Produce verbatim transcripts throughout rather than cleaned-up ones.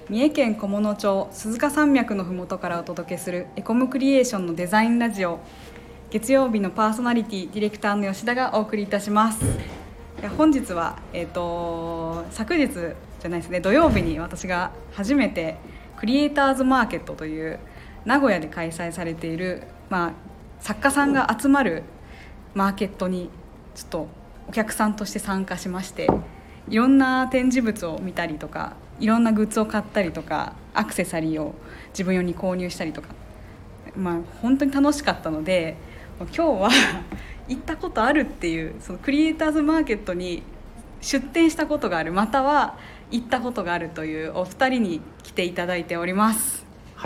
三重県菰野町鈴鹿山脈のふもとからお届けするエコムクリエーションのデザインラジオ。月曜日のパーソナリティディレクターの吉田がお送りいたします。いや本日は、えー、と昨日じゃないですね土曜日に私が初めてクリエイターズマーケットという名古屋で開催されている、まあ、作家さんが集まるマーケットにちょっとお客さんとして参加しまして、いろんな展示物を見たりとか、いろんなグッズを買ったりとか、アクセサリーを自分用に購入したりとか、まあ、本当に楽しかったので、今日は行ったことあるっていうそのクリエイターズマーケットに出店したことがある、または行ったことがあるというお二人に来ていただいております。 はい、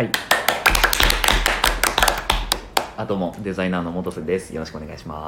あどうもデザイナーの本瀬です。よろしくお願いします。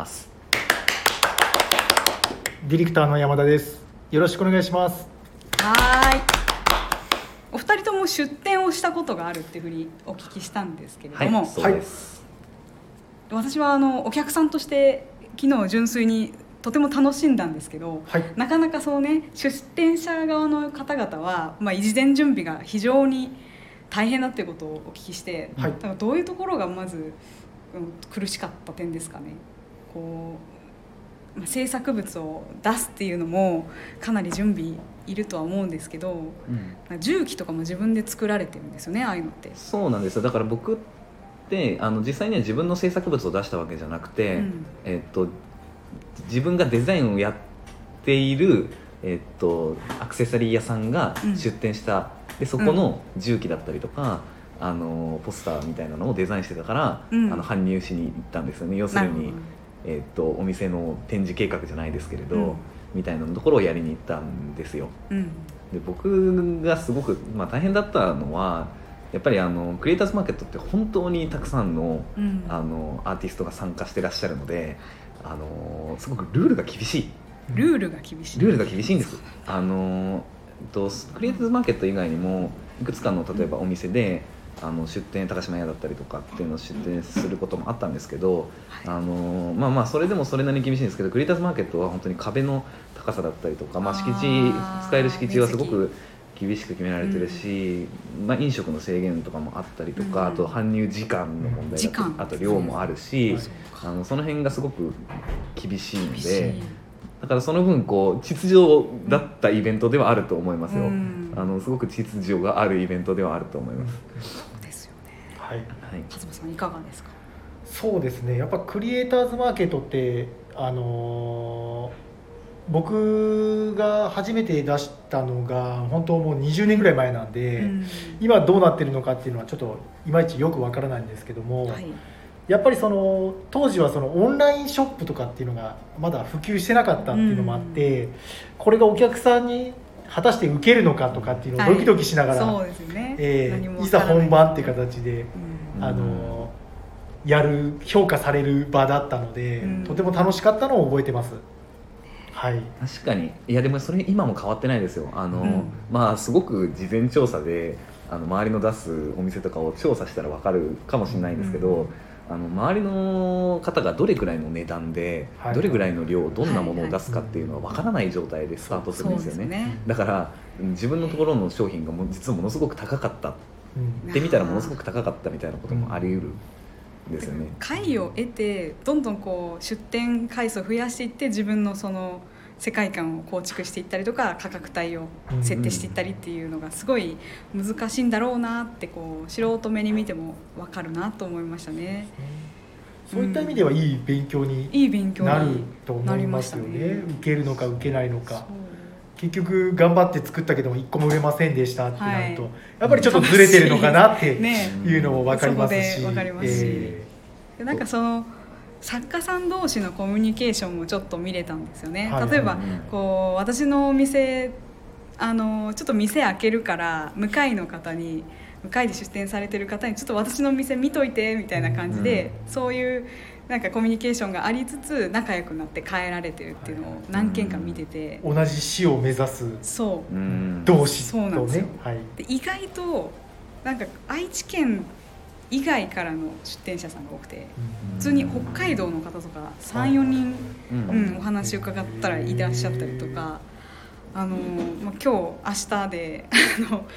ディレクターの山田です。よろしくお願いします。 はい、お二人とも出店をしたことがあるっていうふうにお聞きしたんですけれども、 はい、そうです。 私はあのお客さんとして昨日純粋にとても楽しんだんですけど、 はい、 なかなかそうね出店者側の方々は、まあ、事前準備が非常に大変だっていうことをお聞きして、 はい、 だからどういうところがまず、うん、苦しかった点ですかね。こう、まあ、制作物を出すっていうのもかなり準備いるとは思うんですけど、うん、重機とかも自分で作られてるんですよね、ああいうのって。 そうなんですよ。だから僕ってあの実際には自分の制作物を出したわけじゃなくて、うん、えっと、自分がデザインをやっている、えっと、アクセサリー屋さんが出店した、うん、でそこの重機だったりとか、うん、あのポスターみたいなのをデザインしてたから、うん、あの搬入しに行ったんですよね。要するに、えっと、お店の展示計画じゃないですけれど、うん、みたいなところをやりに行ったんですよ、うん、で僕がすごく、まあ、大変だったのはやっぱりあのクリエイターズマーケットって本当にたくさんの、うん、あのアーティストが参加してらっしゃるので、あのすごくルールが厳しいルールが厳しいルールが厳しいんです。あのとクリエイターズマーケット以外にもいくつかの例えばお店であの出店高島屋だったりとかっていうのを出店することもあったんですけど、はい、あのまあまあそれでもそれなりに厳しいんですけど、クリエイターズマーケットは本当に壁の高さだったりとか、まあ、敷地使える敷地はすごく厳しく決められてるし、うんまあ、飲食の制限とかもあったりとか、うん、あと搬入時間の問題だったり、あと量もあるし、うん、あのその辺がすごく厳しいので、だからその分こう秩序だったイベントではあると思いますよ、うん、あのすごく秩序があるイベントではあると思います。 そうですよね。 はい、 勝間さんいかがですか。 そうですね、やっぱクリエイターズマーケットってあのー僕が初めて出したのが本当もうにじゅうねんぐらい前なんで、うん、今どうなってるのかっていうのはちょっといまいちよくわからないんですけども、はい、やっぱりその当時はそのオンラインショップとかっていうのがまだ普及してなかったっていうのもあって、うん、これがお客さんに果たして受けるのかとかっていうのをドキドキしながら、はい、そうですね、えー、いざ本番っていう形で、うん、あのやる評価される場だったので、うん、とても楽しかったのを覚えてます。はい、 確かに。いやでもそれ今も変わってないですよ。あの、うん、まあすごく事前調査であの周りの出すお店とかを調査したら分かるかもしれないんですけど、うん、あの周りの方がどれくらいの値段で、はい、どれくらいの量どんなものを出すかっていうのは分からない状態でスタートするんですよね、ね。だから自分のところの商品がも実はものすごく高かった、うん、で見たらものすごく高かったみたいなこともあり得る。ですよね、 回を得てどんどんこう出店回数を増やしていって自分のその世界観を構築していったりとか価格帯を設定していったりっていうのがすごい難しいんだろうなってこう素人目に見ても分かるなと思いましたね。 そういった意味ではいい勉強になると思いますよね。受けるのか受けないのか、結局頑張って作ったけどもいっこも売れませんでしたってなると、はい、やっぱりちょっとずれてるのかなっていうのも分かりますし、 分かりますし、えー、なんかその作家さん同士のコミュニケーションもちょっと見れたんですよね、はい、例えばこう私のお店あのちょっと店開けるから向かいの方に向かいで出店されてる方にちょっと私の店見といてみたいな感じで、うん、そういうなんかコミュニケーションがありつつ仲良くなって帰られてるっていうのを何件か見てて、 同じ死を目指すそう同士とね、 そうなんですよ、はい、で意外となんか愛知県以外からの出店者さんが多くて、普通に北海道の方とか さん,よ 人、うんうん、お話伺ったらいらっしゃったりとか、あの、まあ、今日明日であの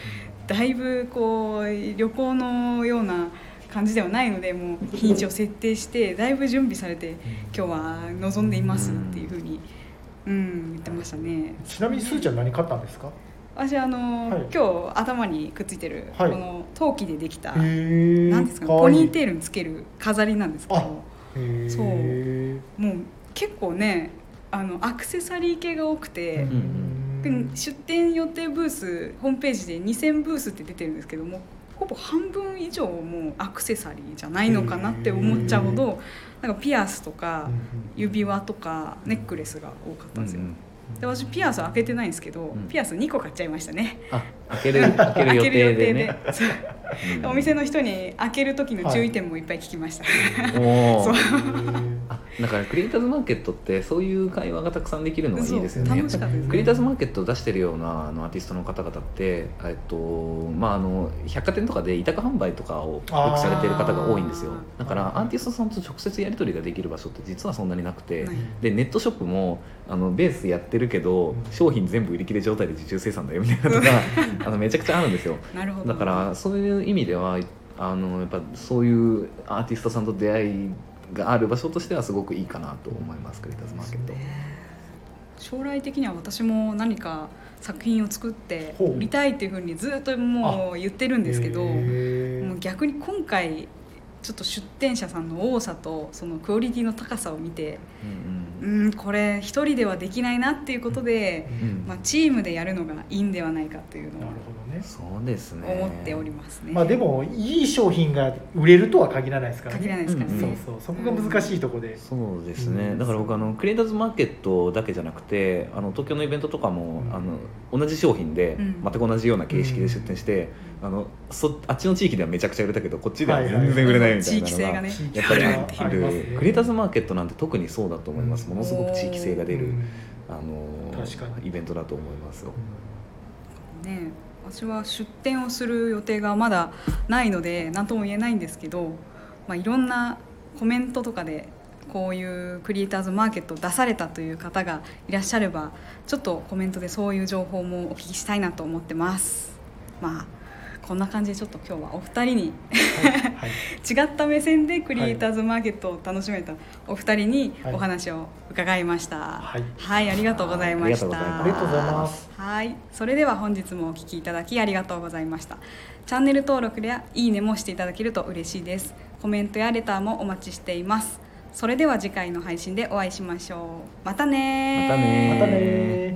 だいぶこう旅行のような感じではないので、もう日にちを設定してだいぶ準備されて今日は臨んでいますっていうふうに、うん、言ってましたね。 ちなみにすーちゃん何買ったんですか？ 私あの、はい、今日頭にくっついてる、はい、この陶器でできた何ですか、ポニーテールにつける飾りなんですけど、そうもう結構ねあのアクセサリー系が多くて、うん、出店予定ブースホームページでにせんブースって出てるんですけども、ほぼ半分以上もうアクセサリーじゃないのかなって思っちゃうほど、なんかピアスとか指輪とかネックレスが多かったんですよ。で私ピアス開けてないんですけど、うん、ピアスにこ買っちゃいましたね。 あ、開ける開ける予定でね。 うん、お店の人に開ける時の注意点もいっぱい聞きました。 はい、そうあだからクリエイターズマーケットってそういう会話がたくさんできるのがいいですよね。 楽しかったですね。 クリエイターズマーケットを出してるようなあのアーティストの方々って、えっとまあ、あの百貨店とかで委託販売とかをよくされている方が多いんですよ。だからアーティストさんと直接やり取りができる場所って実はそんなになくて、はい、でネットショップもあのベースやってるけど商品全部売り切れ状態で受注生産だよみたいなのがあのめちゃくちゃあるんですよ。 なるほど。 だからそういう意味ではあのやっぱそういうアーティストさんと出会いがある場所としてはすごくいいかなと思います、クリエイターズマーケット。 将来的には私も何か作品を作って売りたいっていうふうにずっともう言ってるんですけど、もう逆に今回ちょっと出店者さんの多さとそのクオリティの高さを見て、うん、うん、これ一人ではできないなっていうことで、うん、まあ、チームでやるのがいいんではないかというのをそうですね思っておりますね。 まあ、でもいい商品が売れるとは限らないですからね。 限らないですからね、 うんうん、そうそう、そこが難しいところで、うん、 そうですね、だから僕あのクリエイターズマーケットだけじゃなくてあの東京のイベントとかも、うん、あの同じ商品で全く同じような形式で出店して、うん、あのそあっちの地域ではめちゃくちゃ売れたけどこっちでは全然売れないみたいなのがやっぱりあっている。クリエイターズマーケットなんて特にそうだと思います。ものすごく地域性が出る、あのイベントだと思いますよ、 ね。私は出店をする予定がまだないので何とも言えないんですけど、まあ、いろんなコメントとかでこういうクリエイターズマーケットを出されたという方がいらっしゃればちょっとコメントでそういう情報もお聞きしたいなと思ってます。まあこんな感じでちょっと今日はお二人に、はいはい、違った目線でクリエイターズマーケットを楽しめたお二人にお話を伺いました。はい、はい、ありがとうございました。 ありがとうございます。 はい、それでは本日もお聞きいただきありがとうございました。チャンネル登録やいいねもしていただけると嬉しいです。コメントやレターもお待ちしています。それでは次回の配信でお会いしましょう。またねまたねまたね